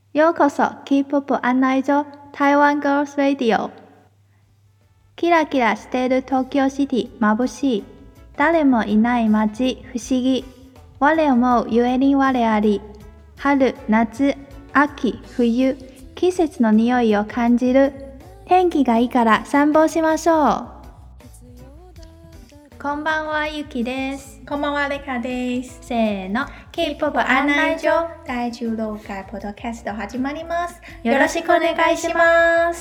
ようこそ K-POP 案内所台湾 Girls Radio。キラキラしている東京シティ眩しい。誰もいない街不思議。我思うゆえに我あり。春、夏、秋、冬、季節の匂いを感じる。天気がいいから散歩しましょう。こんばんは、ゆきです。 こんばんは、レカです。 せーの、 K-POP 案内所第16回ポッドキャスト始まります。よろしくお願いします。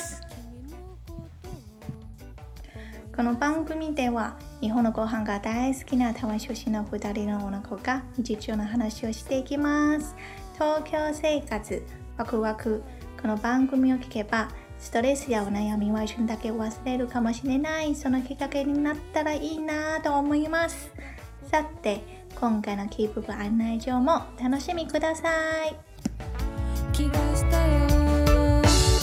この番組では日本のご飯が大好きな台湾出身の2人の女の子が日常の話をしていきます。東京生活ワクワク。この番組を聞けばストレスやお悩みは一瞬だけ忘れるかもしれない。そのきっかけになったらいいなと思います。さて、今回のK-POP案内所もお楽しみください。気がしたよ。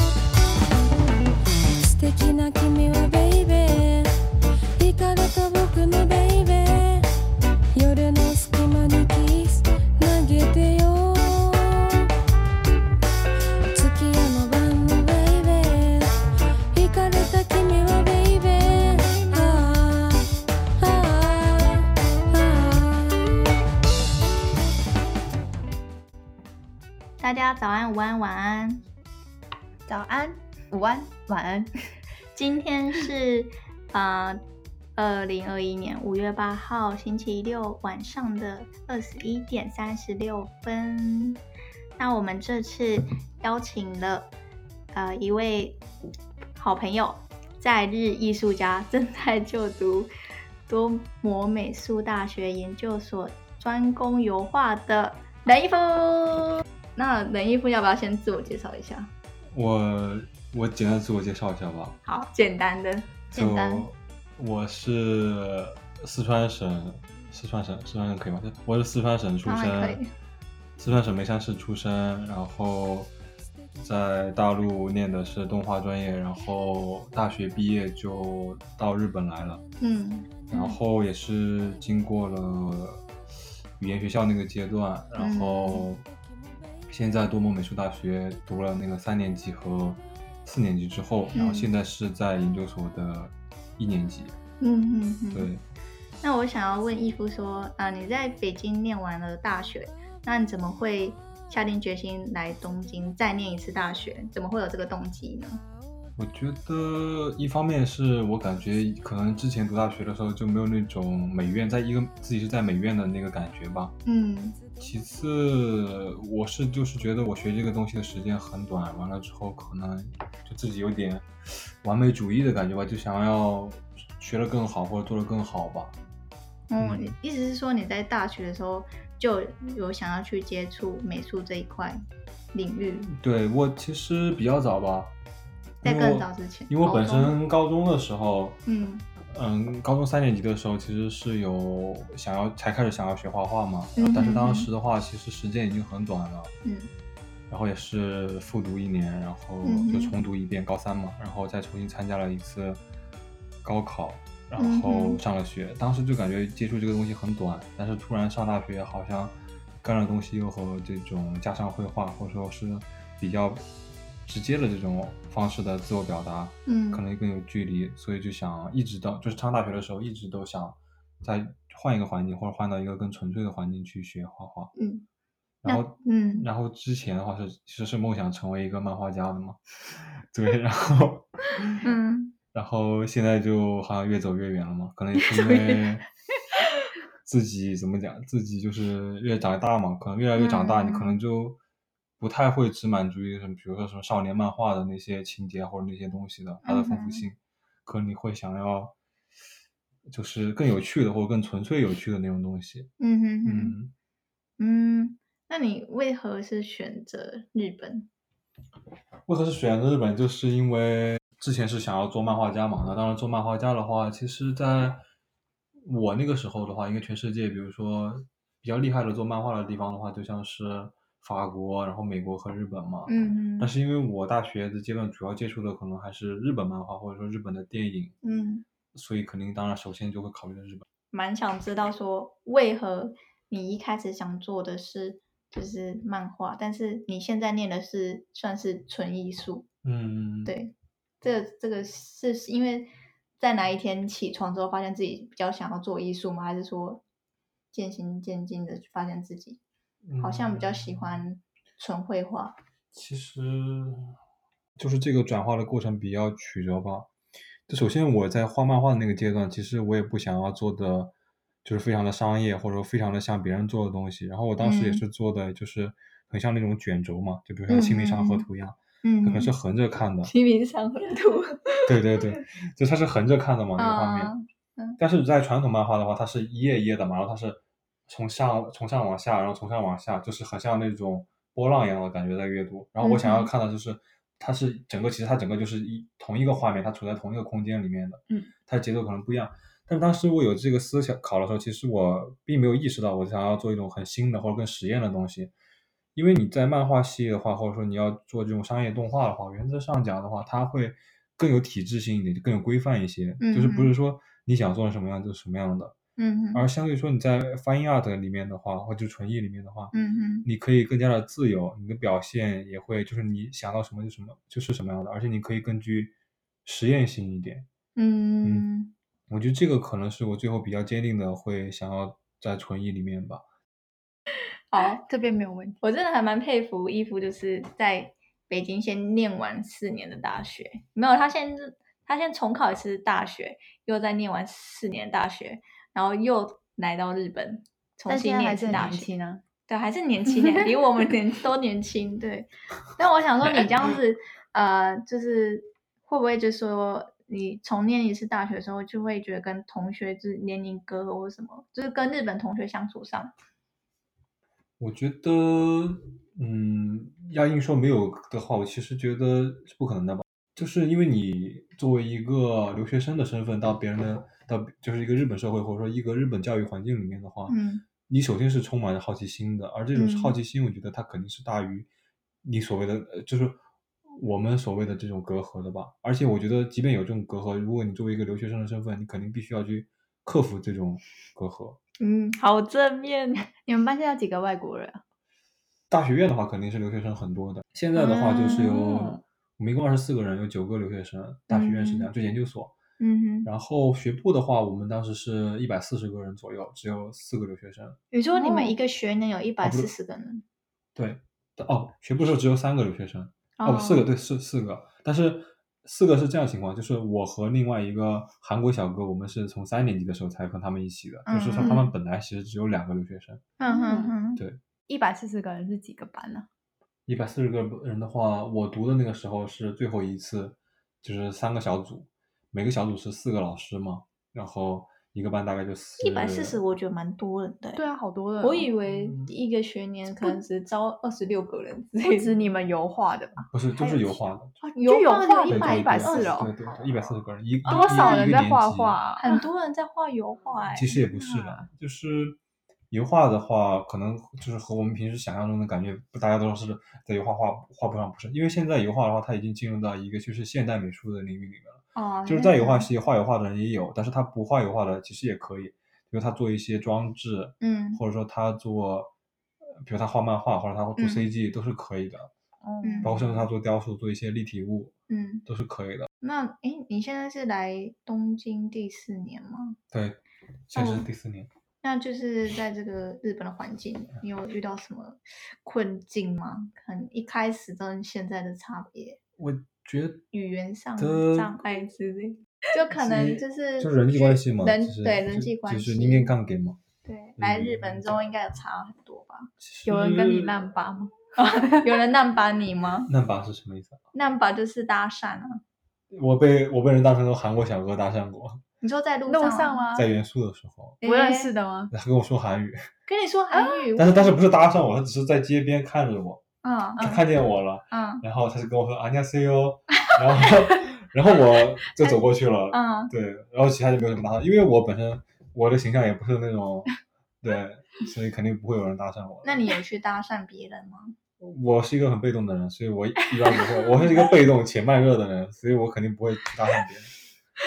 素敵な君はベイベー。惹かれた僕のベイベー。夜の隙間にキス投げてよ。 大家早安、午安、晚安。 早安、午安、晚安。 今天是2021年5月8号星期六晚上的21点36分。那我们这次邀请了一位好朋友，在日艺术家，正在就读多摩美术大学研究所，专攻油画的任一夫。那任一夫要不要先自我介绍一下？ 我简单自我介绍一下吧。 好，简单。 我是四川省可以吗？我是四川省出生，四川省眉山市出生，然后在大陆念的是动画专业，然后大学毕业就到日本来了。然后也是经过了语言学校那个阶段，然后现在多摩美术大学读了那个3年级和4年级之后，然后现在是在研究所的1年级。对。 那我想要问一夫说，你在北京念完了大学，那你怎么会下定决心来东京再念一次大学？怎么会有这个动机呢？ 我觉得一方面是我感觉可能之前读大学的时候就没有那种美院，自己是在美院的那个感觉吧。其次我就是觉得我学这个东西的时间很短，完了之后可能就自己有点完美主义的感觉吧，就想要学得更好或者做得更好吧。 你意思是说你在大学的时候就有想要去接触美术这一块领域？ 对，我其实比较早吧， 在更早之前， 因为我本身高中的时候，高中3年级的时候其实是有才开始想要学画画嘛，但是当时的话其实时间已经很短了，然后也是复读1年，然后就重读一遍高3嘛，然后再重新参加了一次高考，然后上了学。当时就感觉接触这个东西很短，但是突然上大学好像干的东西又和这种加上绘画或者说是比较直接的这种方式的自我表达，可能更有距离，所以就想一直到就是上大学的时候一直都想再换一个环境或者换到一个更纯粹的环境去学画画。然后之前的话其实是梦想成为一个漫画家的嘛。对，然后现在就好像越走越远了嘛，可能也是因为自己怎么讲，自己就是越长大嘛，可能越来越长大，你可能就不太会只满足于什么，比如说什么少年漫画的那些情节或者那些东西的，它的丰富性，可能你会想要就是更有趣的或者更纯粹有趣的那种东西。 那你为何是选择日本？ 为何是选择日本？就是因为之前是想要做漫画家嘛，那当然做漫画家的话，其实在我那个时候的话，因为全世界比如说比较厉害的做漫画的地方的话，就像是法国，然后美国和日本嘛。但是因为我大学的阶段主要接触的可能还是日本漫画或者说日本的电影，所以肯定当然首先就会考虑到日本。 蛮想知道说为何你一开始想做的是就是漫画，但是你现在念的是算是纯艺术。对，这个是因为在哪一天起床之后发现自己比较想要做艺术吗？还是说渐行渐进的发现自己好像比较喜欢纯绘画？ 其实就是这个转化的过程比较曲折吧。就首先我在画漫画的那个阶段，其实我也不想要做的就是非常的商业，或者说非常的像别人做的东西。然后我当时也是做的就是很像那种卷轴嘛，就比如像《清明上河图》一样，它可能是横着看的。 清明上河图。 对对对，就它是横着看的嘛，那个画面。但是在传统漫画的话，它是一页一页的嘛，然后它是从上往下，然后从上往下，就是很像那种波浪一样的感觉在阅读。然后我想要看的就是，它是其实它整个就是同一个画面，它处在同一个空间里面的。它的节奏可能不一样。但是当时我有这个思考的时候，其实我并没有意识到我想要做一种很新的或者更实验的东西。因为你在漫画系列的话，或者说你要做这种商业动画的话，原则上讲的话，它会更有体制性一点，更有规范一些。就是不是说你想做成什么样就是什么样的。而相对说你在 Fine Art 里面的话，或者纯艺里面的话，你可以更加的自由，你的表现也会就是你想到什么就是什么样的，而且你可以更具实验性一点。我觉得这个可能是我最后比较坚定的会想要在纯艺里面吧。 好，这边没有问题。我真的还蛮佩服伊芙，就是在北京先念完4年的大学，没有他先重考一次大学，又再念完4年大学，然后又来到日本重新念一次大学呢。 对，还是年轻的，比我们都年轻。对，但我想说，你这样子，就是会不会就说你重念一次大学的时候，就会觉得跟同学就是年龄隔阂或什么，就是跟日本同学相处上？ 我觉得，要硬说没有的话，我其实觉得是不可能的吧。就是因为你作为一个留学生的身份到就是一个日本社会或者说一个日本教育环境里面的话，你首先是充满着好奇心的，而这种好奇心，我觉得它肯定是大于你所谓的就是我们所谓的这种隔阂的吧。而且我觉得，即便有这种隔阂，如果你作为一个留学生的身份，你肯定必须要去克服这种隔阂。 好正面。 你们班现在有几个外国人啊？ 大学院的话肯定是留学生很多的，现在的话就是我们一共24个人，有9个留学生。大学院是这样，就研究所。然后学部的话，我们当时是140个人左右，只有4个留学生。 你说你们一个学年有140个人？ 对，学部的时候只有3个留学生。4个，对，是4个。但是4个是这样的情况，就是我和另外一个韩国小哥，我们是从3年级的时候才跟他们一起的，就是说他们本来其实只有2个留学生。对。 140个人是几个班呢 ？140个人的话，我读的那个时候是最后一次，就是3个小组，每个小组是4个老师嘛，然后一个班大概就 140，我觉得蛮多人的。 对啊，好多人。 我以为一个学年可能只招26个人， 不止你们油画的吧？ 不是，就是油画的。 油画有 140哦。对，140个人， 多少人在画画？ 很多人在画油画。 其实也不是的，就是油画的话，可能就是和我们平时想象中的感觉，大家都是在油画布上，不是，因为现在油画的话，它已经进入到一个就是现代美术的领域里面了。就是在油画系画油画的人也有，但是他不画油画的其实也可以，比如他做一些装置，或者说他做，比如他画漫画或者他做 CG 都是可以的。包括甚至他做雕塑，做一些立体物，都是可以的。 那你现在是来东京第4年吗？ 对，现在是第4年。 那就是在这个日本的环境，你有遇到什么困境吗？可能一开始跟现在的差别， 我觉得语言上的障碍之类，就可能就是人际关系嘛， 对人际关系， 就是人間関係嘛。 对，来日本之后应该有差很多吧？ 有人跟你难巴吗？ 有人难巴你吗？ 难巴是什么意思啊？ 难巴就是搭讪啊。 我被人当成韩国小哥搭讪过。 你说在路上吗？ 在元素的时候。 不认识的吗？ 他跟我说韩语。 跟你说韩语？ 但是不是搭讪我，他只是在街边看着我。他看见我了。然后他就跟我说안녕하세요。然后我就走过去了。对，然后其他就没有什么搭讪，因为我本身我的形象也不是那种，对，所以肯定不会有人搭讪我。 那你有去搭讪别人吗？ 我是一个很被动的人，所以我一般不会。我是一个被动且慢热的人，所以我肯定不会去搭讪别人。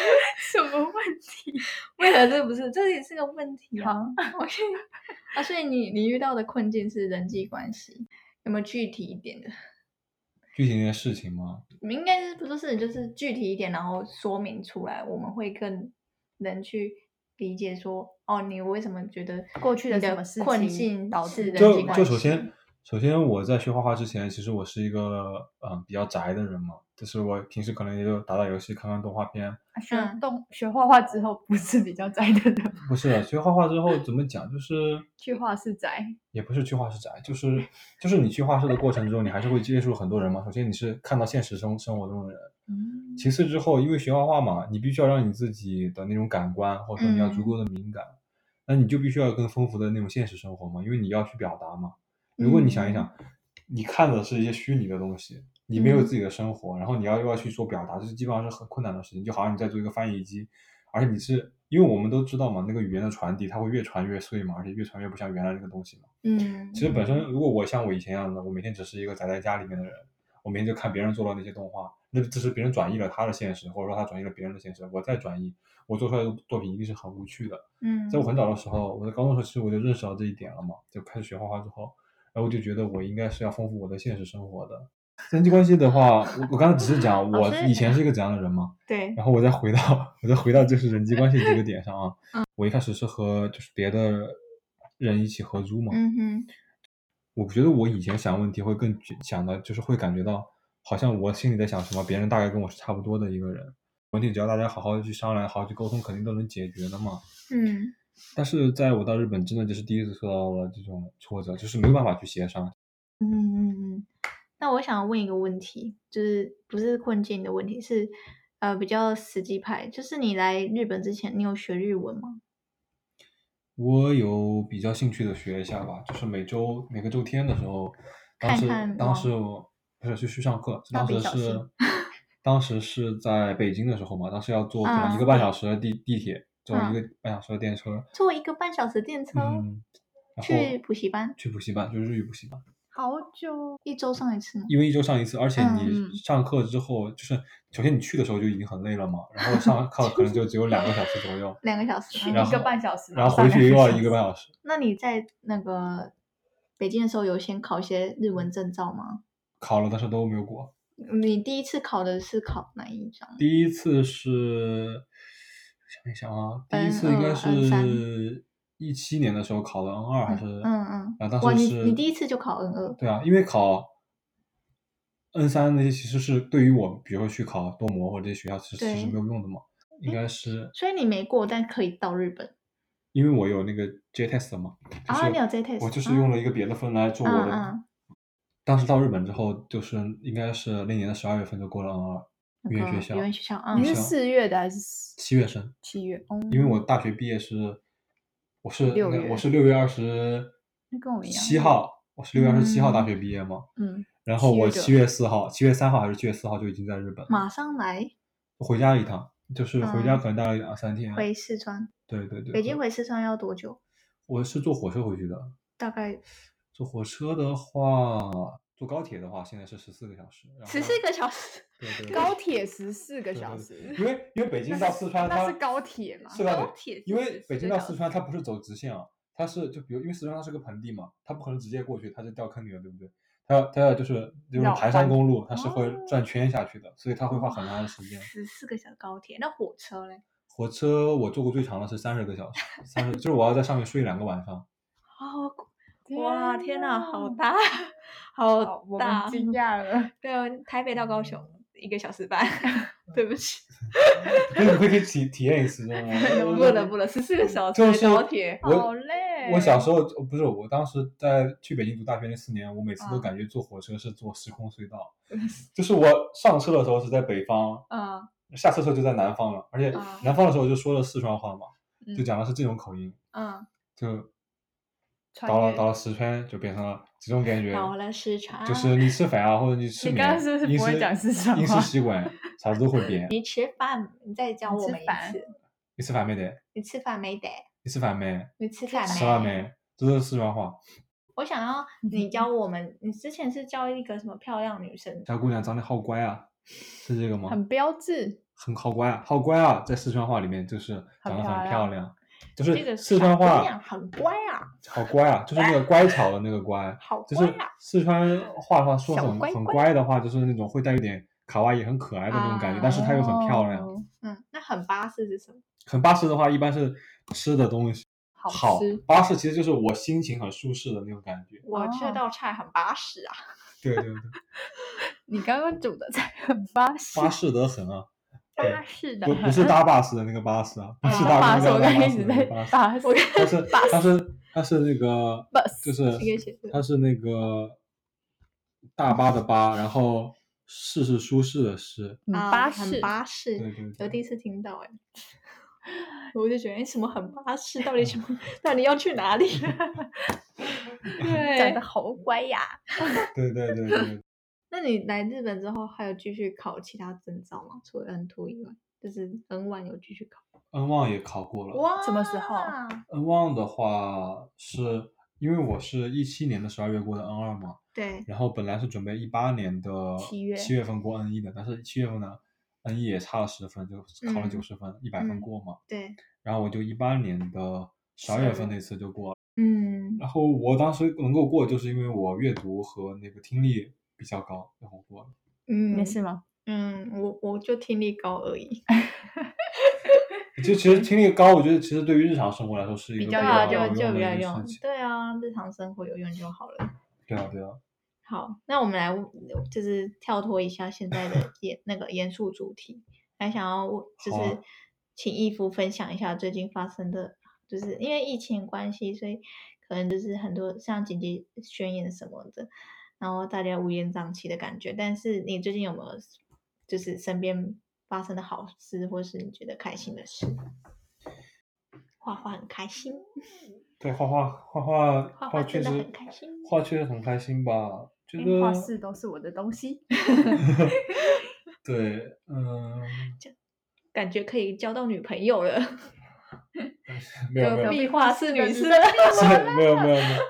什么问题？ 为何这不是？这也是个问题啊。 OK 啊，所以你遇到的困境是人际关系，有没有具体一点的？ 具体那些事情吗？ 应该是不是就是具体一点，然后说明出来，我们会更能去理解说，哦，你为什么觉得过去的什么事困境导致人际关系？首先我在学画画之前，其实我是一个比较宅的人嘛，就是我平时可能也就打打游戏、看看动画片。 学画画之后不是比较宅的人？ 不是，学画画之后怎么讲，就是去画室宅， 也不是去画室宅，就是你去画室的过程中，你还是会接触很多人嘛。首先你是看到现实生活中的人，其次之后，因为学画画嘛，你必须要让你自己的那种感官，或者说你要足够的敏感，那你就必须要有更丰富的那种现实生活嘛，因为你要去表达嘛。如果你想一想，你看的是一些虚拟的东西，你没有自己的生活，然后你又要去做表达，这基本上是很困难的事情。就好像你在做一个翻译机，而且你是因为我们都知道嘛，那个语言的传递它会越传越碎嘛，而且越传越不像原来那个东西嘛。其实本身如果我像我以前一样的，我每天只是一个宅在家里面的人，我每天就看别人做的那些动画，那只是别人转移了他的现实，或者说他转移了别人的现实，我再转移，我做出来的作品一定是很无趣的。在我很早的时候，我在高中的时候，其实我就认识到这一点了嘛，就开始学画画之后，然后我就觉得我应该是要丰富我的现实生活的。人际关系的话，我刚才只是讲我以前是一个怎样的人嘛， 对， 然后我再回到就是人际关系这个点上啊，我一开始是和就是别的人一起合租嘛，我觉得我以前想问题会更想的就是会感觉到好像我心里在想什么，别人大概跟我是差不多的一个人，问题只要大家好好的去商量，好好去沟通，肯定都能解决的嘛。但是在我到日本真的就是第一次受到了这种挫折，就是没有办法去协商。 那我想问一个问题，就是不是困境的问题，是比较实际派，就是你来日本之前，你有学日文吗？ 我有比较兴趣的学一下吧，就是每个周天的时候，当时我不是去上课，当时是在北京的时候嘛，当时要坐可能1个半小时的地铁，坐1个半小时的电车， 坐1个半小时电车，去补习班， 就是日语补习班。 好久 ，1周上一次吗？ 因为1周上一次，而且你上课之后，就是首先你去的时候就已经很累了嘛，然后上课可能就只有2个小时左右 ，2个小时， 去1个半小时， 然后回去又要1个半小时。 那你在那个北京的时候有先考一些日文证照吗？ 考了，但是都没有过。 你第一次考的是考哪一张？ 第一次是想一想啊，第一次应该是17年的时候考的 N2 还是然后当时是你第一次就考 N2？ 对啊，因为考 N3 那些其实是对于我比如说去考多摩或者这些学校其实没有用的嘛，应该是。 所以你没过，但可以到日本。 因为我有那个 J-test 嘛， 你有 J-test， 我就是用了一个别的分来做我的。当时到日本之后，就是应该是那年的12月份就过了 N2，语言学校。 你是4月的还是 7月生 ？7月， 因为我大学毕业我是6月27号，我是6月27号大学毕业嘛，然后我7月3号还是7月4号就已经在日本， 马上来， 回家一趟，就是回家可能大概2-3天， 回四川。 对， 北京回四川要多久？ 我是坐火车回去的， 大概。 坐火车的话，坐高铁的话，现在是14个小时。 14个小时， 对， 高铁14个小时。 因为北京到四川， 那是高铁嘛？ 是高铁。因为北京到四川，它不是走直线啊，它是就比如因为四川它是个盆地嘛，它不可能直接过去，它就掉坑里了，对不对？它要就是盘山公路，它是会转圈下去的，所以它会花很长的时间。 14个小时高铁，那火车嘞？ 火车我坐过最长的是30个小时，30就是我要在上面睡2个晚上。 哇，天哪，好大，好大， 我们惊讶了。 对，台北到高雄1个小时半，对不起。 那你会去体验一次吗？ 不了，14个小时的高铁，好累。 我小时候不是，我当时在去北京读大学那4年，我每次都感觉坐火车是坐时空隧道，就是我上车的时候是在北方，下车的时候就在南方了，而且南方的时候就说了四川话嘛，就讲的是这种口音，就到了四川就变成了这种感觉。 到了四川， 就是你吃饭啊，或者你吃面， 你刚刚是不是不会讲四川话？ 饮食习惯啥子都会变。 你吃饭，你再教我们一次。 你吃饭没得？ 你吃饭没得？ 你吃饭没？ 你吃饭没？ 吃了没？这是四川话。 我想要你教我们，你之前是教一个什么漂亮女生？ 小姑娘长得好乖啊，是这个吗？ 很标致， 好乖啊，好乖啊，在四川话里面就是长得很漂亮，就是四川话很乖啊， 好乖啊，就是那个乖巧的那个乖， 好乖啊，就是四川话的话说很乖的话，就是那种会带一点卡哇伊很可爱的那种感觉，但是它又很漂亮。 那很巴适是什么？ 很巴适的话一般是吃的东西好吃， 巴适其实就是我心情很舒适的那种感觉。 我这道菜很巴适啊。 对， 你刚刚煮的菜很巴适， 巴适得很啊。 巴适的不是搭巴士的那个巴士啊，不是搭巴士， 我刚一直在巴士， 它是那个就是它是那个大巴的巴，然后适是舒适的适， 巴士， 很巴适。 对， 我第一次听到我就觉得什么很巴适，到底要去哪里？ 对，长得好乖呀。 对。 那你来日本之后还有继续考其他证照吗？除了 N2 以外，就是 N1 有继续考。 N1 也考过了。 哇， 什么时候 ？N1 的话是因为我是17年的12月过的 N2 嘛， 对。 然后本来是准备18年的7月份过 N1 的，但是7月份呢 N1 也差了10分，就考了90分，100分过嘛。 对。 然后我就18年的12月份那次就过了。然后我当时能够过，就是因为我阅读和那个听力比较高，然后过了。 你是吗？ 我就听力高而已。 就其实听力高，我觉得其实对于日常生活来说是一个比较有用的一个事情。 对啊，日常生活有用就好了。 对啊。 好，那我们来就是跳脱一下现在的那个严肃主题，还想要就是请义夫分享一下最近发生的，就是因为疫情关系，所以可能就是很多像紧急宣言什么的，然后大家乌烟瘴气的感觉。但是你最近有没有就是身边发生的好事，或是你觉得开心的事？画画很开心。 对，画真的很开心， 画确实很开心吧？觉得画室都是我的东西。 对， 感觉可以交到女朋友了。 没有隔壁画室女生。 没有。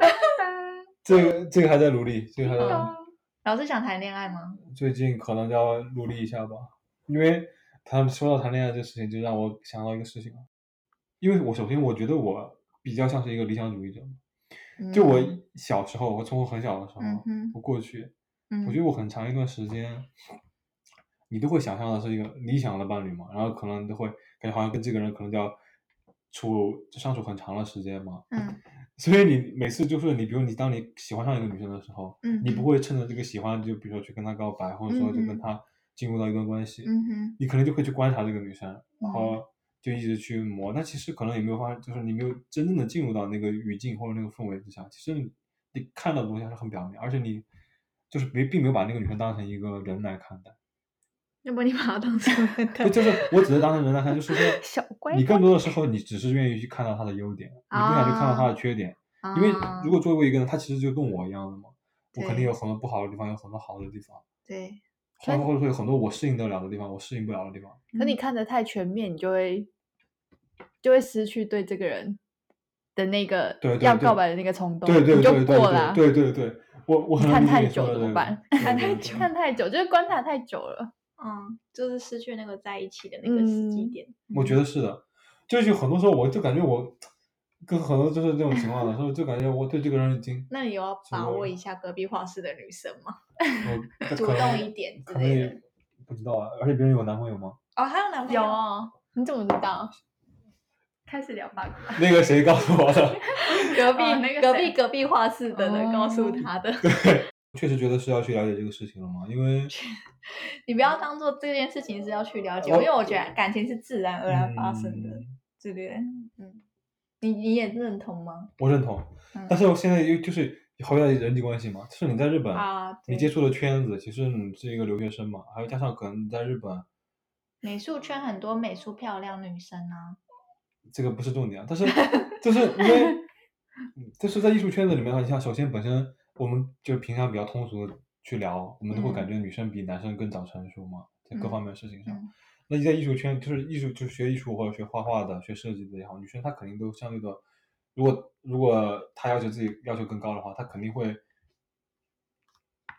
这个还在努力，这个还在。 老师想谈恋爱吗？ 最近可能要努力一下吧，因为他们说到谈恋爱这个事情，就让我想到一个事情。因为首先我觉得我比较像是一个理想主义者，就我小时候，我从我很小的时候，我过去，我觉得我很长一段时间，你都会想象的是一个理想的伴侣嘛，然后可能都会感觉好像跟这个人可能就要相处很长的时间嘛，所以你每次就是比如当你喜欢上一个女生的时候，你不会趁着这个喜欢就比如说去跟她告白，或者说就跟她进入到一段关系，你可能就会去观察这个女生，然后就一直去磨，但其实可能也没有发现，就是你没有真正的进入到那个语境或者那个氛围之下，其实你看到的东西还是很表面，而且你就是并没有把那个女生当成一个人来看待。 要不你把她当成人看？ 不就是我只是当成人来看，就是说小乖乖， 你更多的时候你只是愿意去看到她的优点，你不想去看到她的缺点，因为如果作为一个人，他其实就跟我一样的嘛，我肯定有很多不好的地方，有很多好的地方， 对， 或者会有很多我适应得了的地方，我适应不了的地方。 可你看得太全面，你就会失去对这个人的那个要告白的那个冲动，你就过了。 对，我很看太久怎么办？看太久就是观察太久了， 就是失去那个在一起的那个时机点。 我觉得是的，就很多时候我就感觉我跟很多就是这种情况的时候，就感觉我对这个人已经。 那你有要把握一下隔壁画室的女生吗？主动一点之类的。 不知道啊，而且别人有男朋友吗？ 还有男朋友？ 有哦，你怎么知道？开始聊八卦。 那个谁告诉我的？ 隔壁画室的人告诉他的。 对，确实觉得是要去了解这个事情了嘛，因为你不要当做这件事情是要去了解，因为我觉得感情是自然而然发生的，对不对？你也认同吗？ 我认同，但是我现在就是回到人际关系嘛，就是你在日本，你接触的圈子，其实你是一个留学生嘛，还有加上可能你在日本， 美术圈很多美术漂亮女生啊。 这个不是重点，但是就是因为就是在艺术圈子里面的话，你像首先本身我们就平常比较通俗的去聊，我们都会感觉女生比男生更早成熟嘛，在各方面的事情上。那你在艺术圈，就是学艺术或者学画画的、学设计的也好，女生她肯定都相对的，如果她自己要求更高的话，她肯定会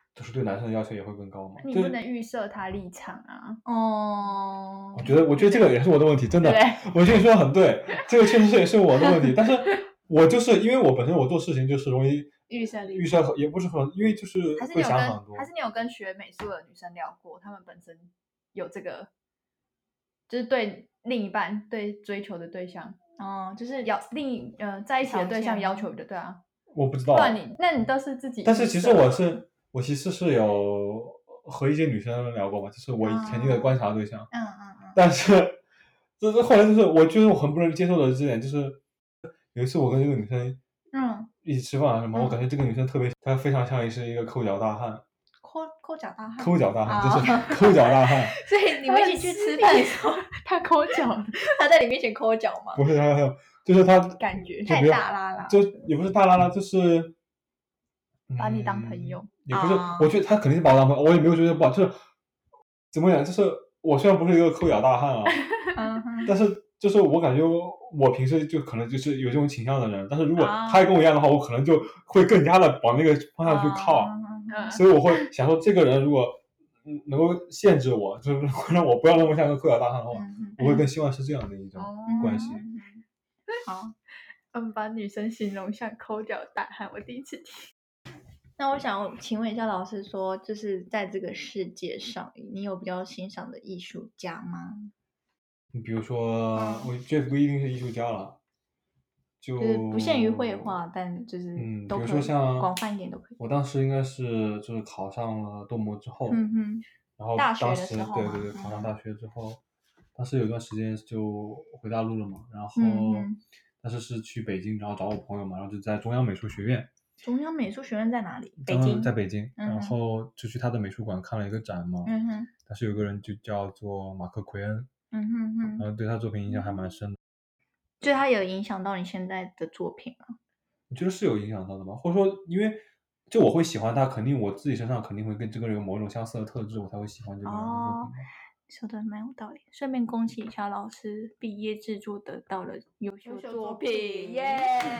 就是对男生的要求也会更高嘛。 你不能预设他立场啊。 哦， 我觉得这个也是我的问题，真的。我觉得你说的很对，这个确实也是我的问题。但是我就是因为我本身我做事情就是容易预设也不是很，因为就是会想很多。 还是你有跟学美术的女生聊过，她们本身有这个，就是对另一半对追求的对象，就是在一起的对象要求的，对啊。 我不知道。 那你都是自己。 但是其实我其实是有和一些女生聊过嘛，就是我曾经的观察对象。但是就是后来就是我觉得我很不能接受的这点，就是有一次我跟这个女生一起吃饭什么，我感觉这个女生特别，她非常像是一个抠脚大汉。 抠脚大汉。 抠脚大汉就是抠脚大汉。 所以你们一起去吃饭的时候， 他抠脚， 他在你面前抠脚吗？ 不是，就是他感觉太大拉了， 就也不是大拉拉，就是把你当朋友。 也不是，我觉得他肯定是把我当朋友，我也没有觉得不好，就是怎么讲，就是我虽然不是一个抠脚大汉啊，但是就是我感觉我平时就可能就是有这种倾向的人，但是如果他也跟我一样的话，我可能就会更加的往那个方向去靠。所以我会想说，这个人如果能够限制我，就是会让我不要那么像个抠脚大汉的话，我会更希望是这样的一种关系。 好，把女生形容像抠脚大汉，我第一次听。 那我想请问一下老师说，就是在这个世界上，你有比较欣赏的艺术家吗？ 你比如说，我觉得不一定是艺术家了。 就是不限于绘画，但就是都可以， 比如说像广泛一点都可以。 我当时应该是就是考上了多模之后，然后大学的时候对，考上大学之后，当时有段时间就回大陆了嘛，然后当时是去北京，然后找我朋友嘛，然后就在中央美术学院。 中央美术学院在哪里？北京。 在北京，然后就去他的美术馆看了一个展嘛，但是有个人就叫做马克·奎恩，然后对他作品印象还蛮深的。 就他有影响到你现在的作品吗？ 我觉得是有影响到的吧，或者说，因为就我会喜欢他，肯定我自己身上肯定会跟这个人有某种相似的特质，我才会喜欢这个人的作品。 说的蛮有道理。顺便恭喜一下老师毕业制作得到了优秀作品，耶！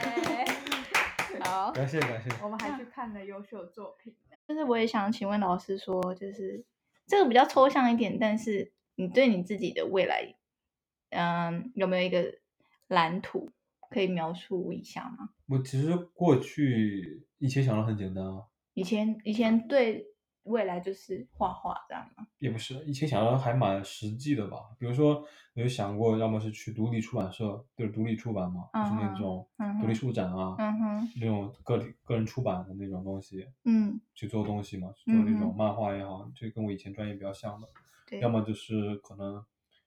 好， 感谢。 我们还去看了优秀作品。 就是我也想请问老师说，就是这个比较抽象一点，但是你对你自己的未来，有没有一个蓝图可以描述一下吗？ 我其实过去以前想的很简单啊。 以前对未来就是画画这样吗？ 也不是，以前想的还蛮实际的吧。比如说，有想过，要么是去独立出版社，就是独立出版嘛，就是那种独立书展啊，那种个人出版的那种东西，去做东西嘛，去做那种漫画也好，就跟我以前专业比较像的。要么就是可能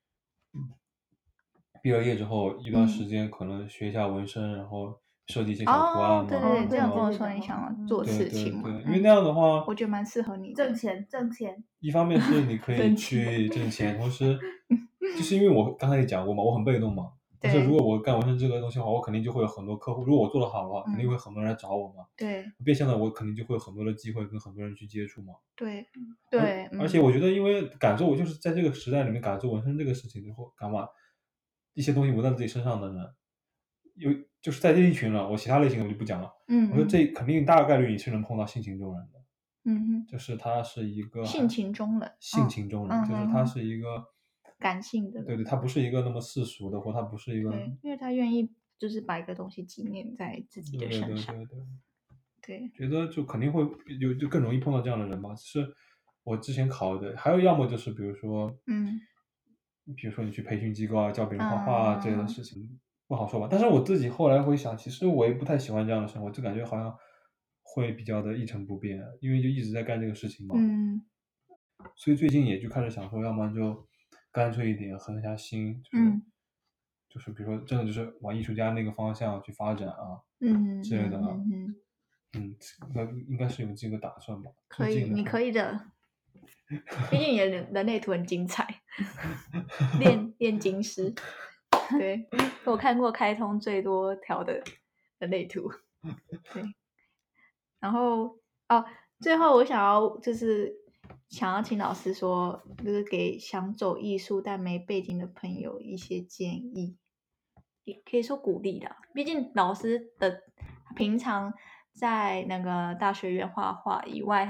毕了业之后一段时间，可能学一下纹身，然后设计一些小图案嘛。 对，这样跟我说你想做刺青嘛？ 对，因为那样的话， 我觉得蛮适合你挣钱。 一方面是你可以去挣钱，同时就是因为我刚才也讲过嘛，我很被动嘛。但是如果我干纹身这个东西的话，我肯定就会有很多客户。如果我做得好的话，肯定会很多人来找我嘛。 对， 变相的我肯定就会有很多的机会跟很多人去接触嘛。 对。 而且我觉得，因为感受，我就是在这个时代里面感受纹身这个事情之后，干嘛一些东西纹在自己身上的人，就是在这一群人，我其他类型的我就不讲了。我说这肯定大概率你是能碰到性情中人的。就是他是一个性情中人， 就是他是一个感性的。 对，他不是一个那么世俗的，或他不是一个， 因为他愿意就是把一个东西纪念在自己的身上。对， 觉得就肯定会就更容易碰到这样的人吧。其实我之前考的，还有要么就是比如说你去培训机构啊，教别人画画这类的事情，不好说吧。但是我自己后来会想，其实我也不太喜欢这样的生活，就感觉好像会比较的一成不变，因为就一直在干这个事情嘛。所以最近也就开始想说，要么就干脆一点，狠下心，就是比如说真的就是往艺术家那个方向去发展啊，之类的。那应该是有这个打算吧。 可以，你可以的。毕竟你的人类图很精彩，炼金师。对，我看过开通最多条的人类图。对，然后最后我想要请老师说，就是给想走艺术但没背景的朋友一些建议，也可以说鼓励啦。毕竟老师的平常在那个大学院画画以外，他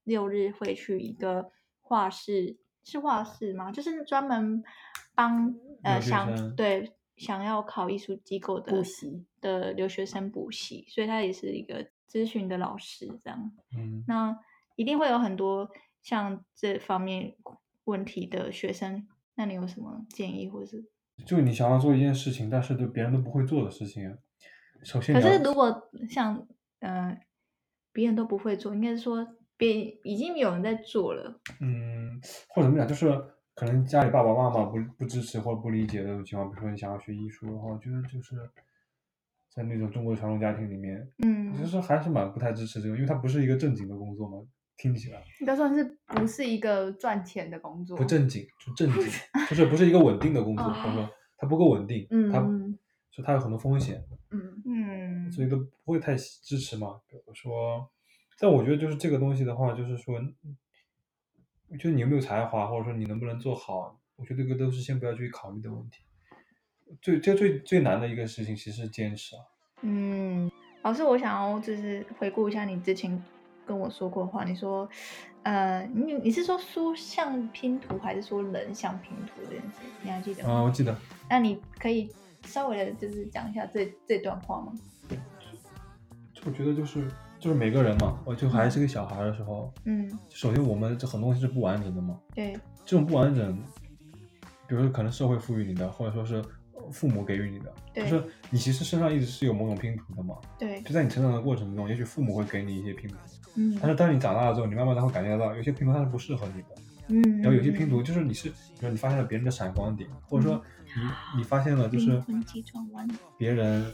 6日会去一个画室，是画室吗？就是专门帮想要考艺术机构的留学生补习，所以他也是一个咨询的老师这样。那一定会有很多像这方面问题的学生，那你有什么建议或是？ 就你想要做一件事情，但是对别人都不会做的事情，首先可是如果像别人都不会做，应该是说已经有人在做了。 或者怎么讲，就是可能家里爸爸妈妈不支持或者不理解的这种情况，比如说你想要学艺术的话，我觉得就是在那种中国传统家庭里面，其实还是蛮不太支持这个，因为它不是一个正经的工作嘛，听起来。 应该算是不是一个赚钱的工作？ 不正经，就是不是一个稳定的工作，或者说它不够稳定，它有很多风险，所以都不会太支持嘛。比如说，但我觉得就是这个东西的话，就是说，我觉得你有没有才华，或者说你能不能做好，我觉得这个都是先不要去考虑的问题。最难的一个事情其实是坚持啊。 老师，我想要就是回顾一下你之前跟我说过的话，你说，你是说书像拼图，还是说人像拼图这件事？你还记得吗？ 我记得。 那你可以稍微的就是讲一下这段话吗？ 我觉得就是每个人嘛，我就还是个小孩的时候，首先我们这很多东西是不完整的嘛， 对， 这种不完整，比如说可能社会赋予你的，或者说是父母给予你的，就是你其实身上一直是有某种拼图的嘛， 对， 就在你成长的过程中，也许父母会给你一些拼图，但是当你长大了之后，你慢慢的会感觉到有些拼图它是不适合你的，然后有些拼图就是比如说你发现了别人的闪光点，或者说你发现了就是别人。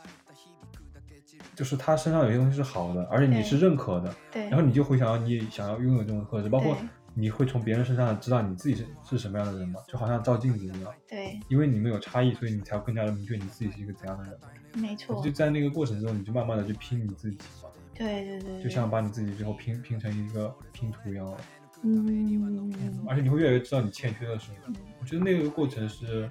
就是他身上有些东西是好的，而且你是认可的，然后你就会想要你也想要拥有这种特质，包括你会从别人身上知道你自己是什么样的人嘛，就好像照镜子一样。 对， 因为你们有差异，所以你才会更加的明确你自己是一个怎样的人。 没错。 就在那个过程中，你就慢慢的去拼你自己嘛。 对， 就像把你自己最后拼成一个拼图一样。而且你会越来越知道你欠缺的是什么。我觉得那个过程是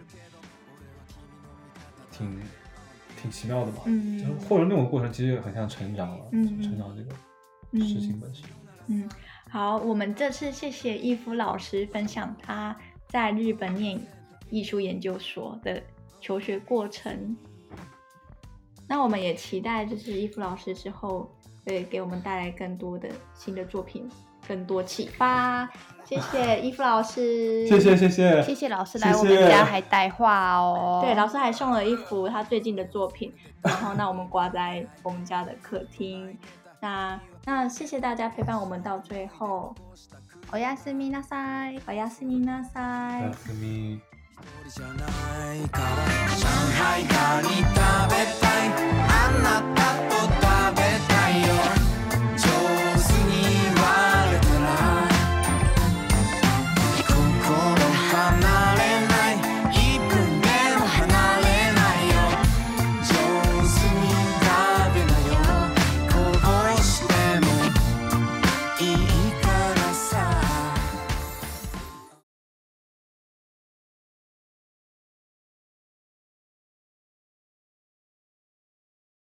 挺奇妙的吧，或者那种过程其实很像成长了，成长这个事情本身。 好，我们这次谢谢义夫老师分享他在日本念艺术研究所的求学过程。那我们也期待就是义夫老师之后会给我们带来更多的新的作品，更多启发。谢谢义夫老师， 谢谢老师来我们家还带画哦。 对，老师还送了一幅他最近的作品，然后那我们挂在我们家的客厅。那谢谢大家陪伴我们到最後。 おやすみなさい。 おやすみなさい。 おやすみ。 上海カニ食べたい、あなたと食べたいよ。